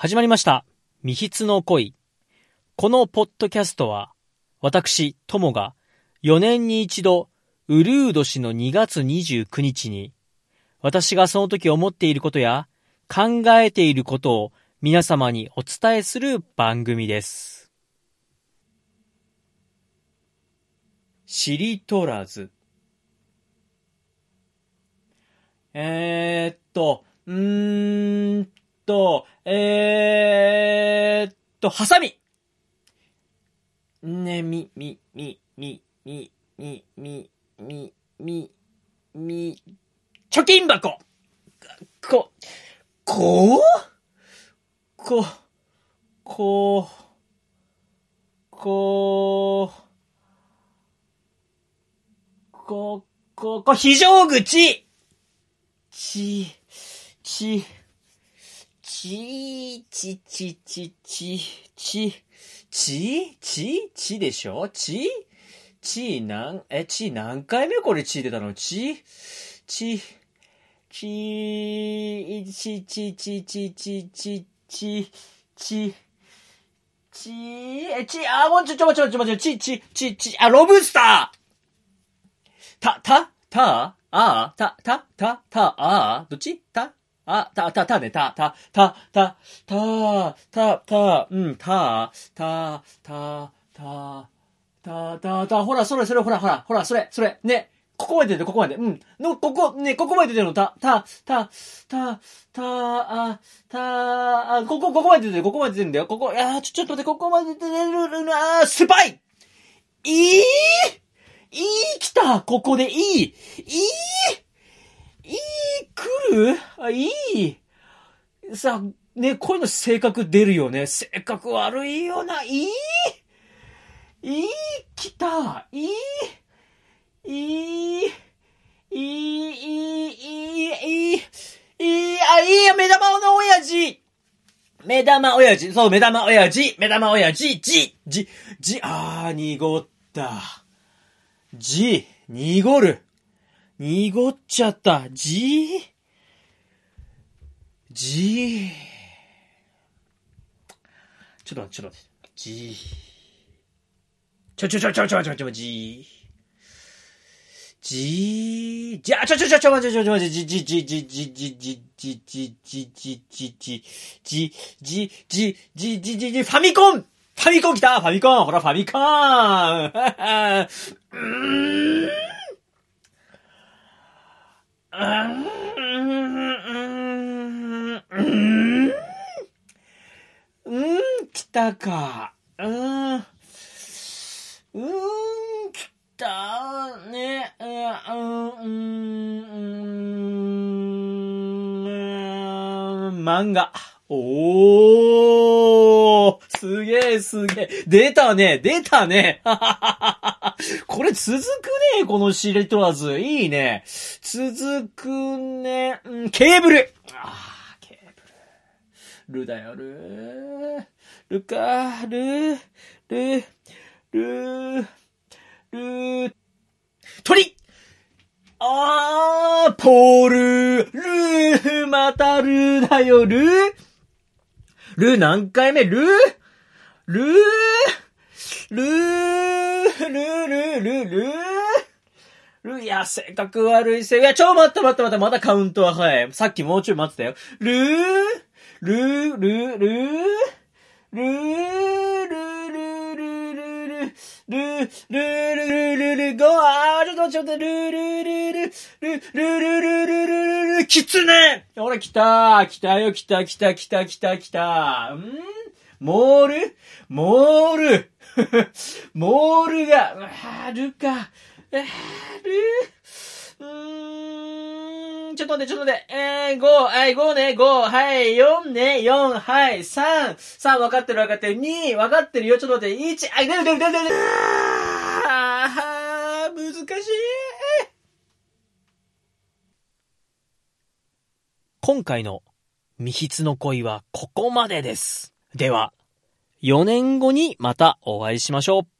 始まりました。未筆の恋。このポッドキャストは、私、ともが4年に一度、うるう年の2月29日に、私がその時思っていることや考えていることを皆様にお伝えする番組です。しりとらず。ハサミ。ね、貯金箱。非常口。でしょ？何回目これ出たの？ロブスター。どっち？ほら、それ、ね、ここまで出て、ここまで。ここまで出てるの、ここまで出てるんだよ。ちょっと待って、ここまで出てるな、スパイ！来た！ここで来る？さ、ね、こういうの性格出るよね。性格悪いよな。来た。目玉の親父。そう、目玉親父。濁った。濁る。濁っちゃった。ちょっと待って。ファミコン来た！ファミコン！ほら、ファミコン！来たか。来たね。漫画。すげえ。出たね。これ続くね、このしりとらず。いいね。続くね。ケーブル。ケーブル。ルだよ、ルか、ル。鳥！ポール。またルだよ、ル何回目？ルいや、性格悪い。いや、待った。まだカウントは早い。さっきもうちょい待ってたよ。キツネ！ほら、来たよ。モールモールが、ルか。ちょっと待って。5ね、5。はい、4ね、4。はい、3。分かってる。2、分かってるよ。ちょっと待って。1、出る。難しい。今回の未筆の恋はここまでです。では、4年後にまたお会いしましょう。